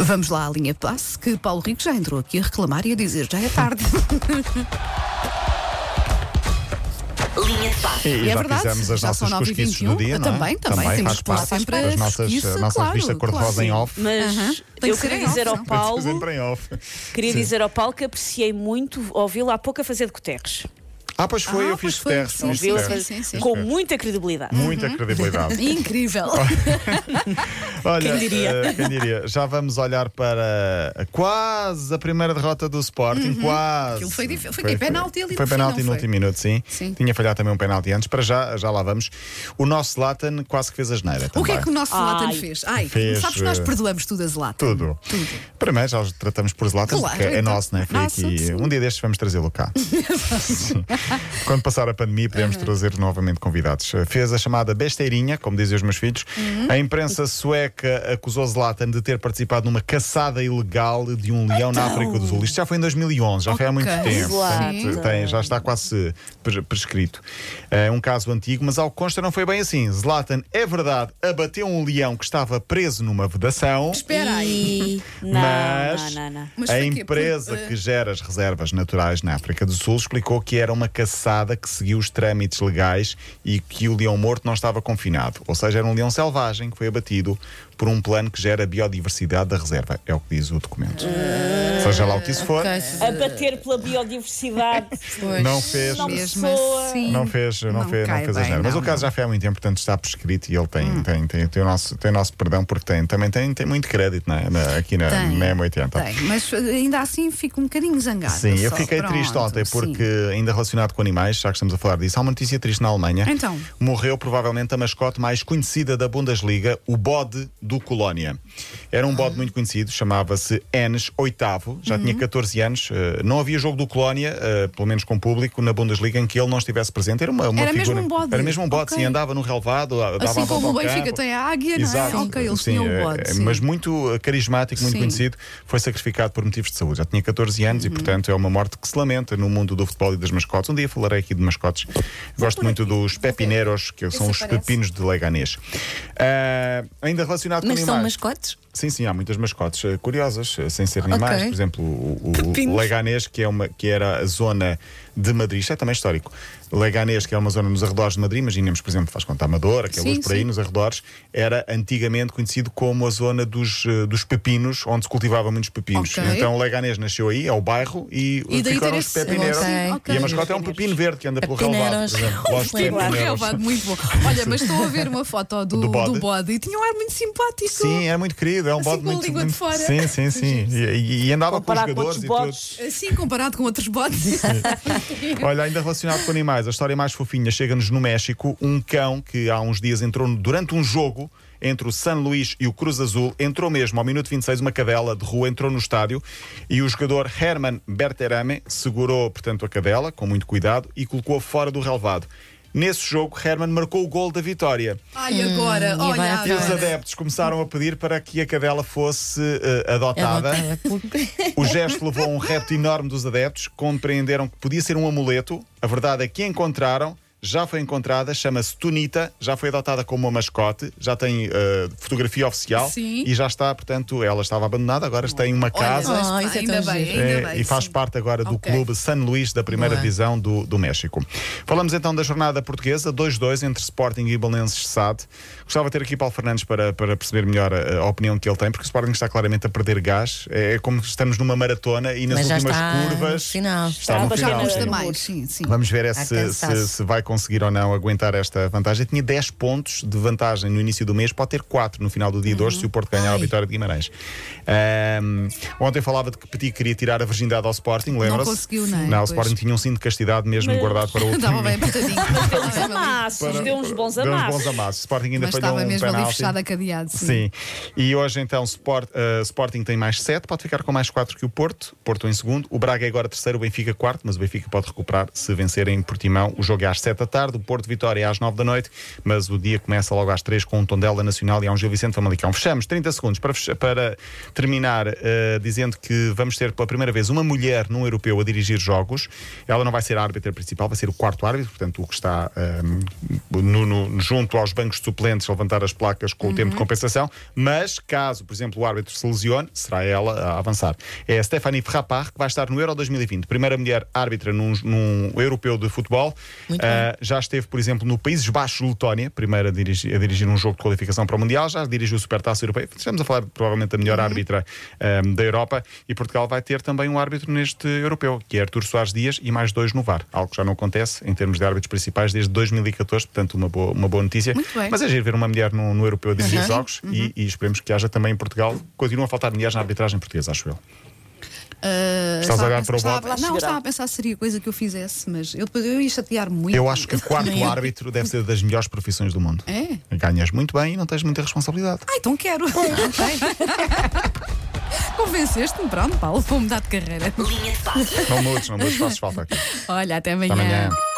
Vamos lá à linha de passe, que Paulo Rico já entrou aqui a reclamar e a dizer já é tarde. Linha de passe. E É já verdade, fizemos as já nossas são cosquices 9h21. do dia, não é? Também, faz temos que parte pôr sempre das a nossas cosquice, nossa claro, revista cor-de-rosa em off. Mas Tem eu que ser queria em dizer off, ao não? Paulo, Sempre em off. dizer ao Paulo que apreciei muito ouvi-lo há pouco a fazer de Guterres. Pois foi, eu fiz pois foi, Guterres. sim, fiz sim, Guterres. sim. Com muita credibilidade. Muita credibilidade. Incrível. Olha, Quem diria? quem diria? Já vamos olhar para quase a primeira derrota do Sporting. Quase. Aquilo foi difícil. Foi que penalti ali no Foi fim, penalti não no foi? último minuto, sim. Tinha falhado também um penalti antes. Para já lá vamos. O nosso Zlatan quase que fez a geneira também. O que é que o nosso Zlatan Ai. fez? Fez, Sabes que nós perdoamos tudo a Zlatan. Tudo. Primeiro já os tratamos por Zlatan, Claro, porque é então. nosso, não é? Foi Nosso, aqui. sim. Um dia destes vamos trazê-lo cá. Sim. Quando passar a pandemia, podemos trazer novamente convidados. Fez a chamada besteirinha, como dizem os meus filhos. A imprensa sueca acusou Zlatan de ter participado numa caçada ilegal de um leão na África do Sul. Isto já foi em 2011, já foi há muito Ok. tempo. Zlatan. Portanto, já está quase prescrito. É um caso antigo, mas ao que consta não foi bem assim. Zlatan, é verdade, abateu um leão que estava preso numa vedação. Espera aí. Mas Não. Mas a foi quê? empresa que gera as reservas naturais na África do Sul explicou que era uma caçada que seguiu os trâmites legais e que o leão morto não estava confinado. Ou seja, era um leão selvagem que foi abatido por um plano que gera a biodiversidade da reserva. É o que diz o documento. Seja lá o que isso for, A bater pela biodiversidade. não fez. Não Mesmo pessoa. assim. Não fez cai a bem, geneira. Mas não, o caso já foi há muito tempo, portanto está prescrito e ele tem o nosso perdão, porque também tem muito crédito, não é? Aqui na Tem. M80. Tem, mas ainda assim fico um bocadinho zangada. Sim, eu só. fiquei Pronto, triste ontem porque, sim. ainda relacionado com animais, já que estamos a falar disso, há uma notícia triste na Alemanha. Então. Morreu provavelmente a mascote mais conhecida da Bundesliga, o bode do Colónia. Era um bode muito conhecido, chamava-se Enes Oitavo, já tinha 14 anos. Não havia jogo do Colónia, pelo menos com público, na Bundesliga em que ele não estivesse presente. Era uma Era figura. mesmo um bode? Era mesmo um bode, Ok. sim, andava no relevado, dava Assim a volta como o ao Benfica campo. tem a águia, Exato. não é? Ok, eles Sim, tinham o bode. sim. mas muito carismático, muito Sim. conhecido, foi sacrificado por motivos de saúde. Já tinha 14 anos e, portanto, é uma morte que se lamenta no mundo do futebol e das mascotes. Um dia falarei aqui de mascotes. Gosto muito dos pepineros, que são os pepinos de Leganés. Ainda relacionado com Mas são animais. mascotes? Sim, há muitas mascotes curiosas, sem ser animais. Ok. Por exemplo, o Pepinos. Leganés, que era a zona de Madrid, isto é também histórico. Leganés, que é uma zona nos arredores de Madrid, imaginemos, por exemplo, faz conta Amadora, que é Sim, luz por aí, sim. nos arredores, era antigamente conhecido como a zona dos pepinos, onde se cultivava muitos pepinos. Ok. Então Leganés nasceu aí, é o bairro, e daí ficaram ter os esse- pepineros. Ok. E a mascote é um pepino verde que anda pelo relvado, por Pepineros. exemplo. Gosto de Sim, Um pepineros. relvado muito bom. Olha, mas estou a ver uma foto do bode e tinha um ar muito simpático. Sim, é muito querido, é um Assim bode com a muito. língua de fora. Sim. E andava com os Comparado com jogadores outros e tudo. bodes. Assim, comparado com outros bodes. Olha, ainda relacionado com animais, a história mais fofinha chega-nos no México. Um cão que há uns dias entrou durante um jogo entre o San Luís e o Cruz Azul, entrou mesmo ao minuto 26, uma cadela de rua entrou no estádio e o jogador Herman Berterame segurou, portanto, a cadela com muito cuidado e colocou-a fora do relvado. Nesse jogo, Herman marcou o gol da vitória. Ai, agora, e vai olha. à E os Agora. adeptos começaram a pedir para que a cadela fosse adotada. É O gesto levou a um repto enorme dos adeptos, compreenderam que podia ser um amuleto. A verdade é que a encontraram, já foi encontrada, chama-se Tunita, já foi adotada como uma mascote, já tem fotografia oficial. Sim. E já está, portanto, ela estava abandonada, agora tem uma casa. Oh, isso é ainda tão bem, giro. ainda bem. E faz sim. parte agora do Ok. clube San Luís da primeira Boa. divisão do México. Falamos então da jornada portuguesa, 2-2 entre Sporting e Belenenses SAD. Gostava de ter aqui Paulo Fernandes para perceber melhor a opinião que ele tem, porque o Sporting está claramente a perder gás. É como estamos numa maratona e nas Mas já últimas está no curvas final. está no Já Já final. custa sim. mais, sim. Vamos ver Há cansaço. se vai conseguir ou não aguentar esta vantagem. Tinha 10 pontos de vantagem no início do mês, pode ter 4 no final do dia de hoje se o Porto ganhar a Ai. vitória de Guimarães. Ontem falava de que Petit queria tirar a virgindade ao Sporting, lembra-se? conseguiu, não é? Não, o Pois. Sporting tinha um cinto de castidade mesmo Mas- guardado para o último. Estava bem apertadinho. Deu uns amassos, deu uns bons Deu uns amassos. bons amassos. O Sporting ainda Mas falhou estava um mesmo ali penalti. fechado a cadeado. Sim. E hoje então Sporting tem mais 7, pode ficar com mais 4 que o Porto. Porto em segundo. O Braga é agora terceiro, o Benfica quarto, mas o Benfica pode recuperar se vencer em Portimão. O jogo é às 7 da tarde, o Porto Vitória às 9 da noite, mas o dia começa logo às 3 com um Tondela Nacional e há um Gil Vicente Famalicão. Fechamos 30 segundos para terminar dizendo que vamos ter pela primeira vez uma mulher num europeu a dirigir jogos. Ela não vai ser a árbitra principal, vai ser o quarto árbitro, portanto o que está junto aos bancos de suplentes a levantar as placas com o tempo de compensação, mas caso, por exemplo, o árbitro se lesione, será ela a avançar. É a Stéphanie Frappart, que vai estar no Euro 2020, primeira mulher árbitra num europeu de futebol. Já esteve, por exemplo, no Países Baixos, Letónia, primeira a dirigir um jogo de qualificação para o Mundial, já dirigiu o Supertaça Europeia. Estamos a falar provavelmente da melhor árbitra da Europa, e Portugal vai ter também um árbitro neste europeu, que é Artur Soares Dias, e mais 2 no VAR, algo que já não acontece em termos de árbitros principais desde 2014, portanto uma boa notícia. Mas é giro ver uma mulher no europeu a dirigir jogos e esperemos que haja também em Portugal. Continuam a faltar mulheres na arbitragem portuguesa, acho eu. Estás a olhar para o bode? Não, estava a pensar se seria coisa que eu fizesse, mas eu ia chatear muito. Eu acho que quarto árbitro deve ser das melhores profissões do mundo. É? Ganhas muito bem e não tens muita responsabilidade. Então quero. Convenceste-me, pronto, Paulo, vou mudar de carreira. Linha de passe. Não mudes, fazes falta aqui. Olha, até amanhã. Até amanhã.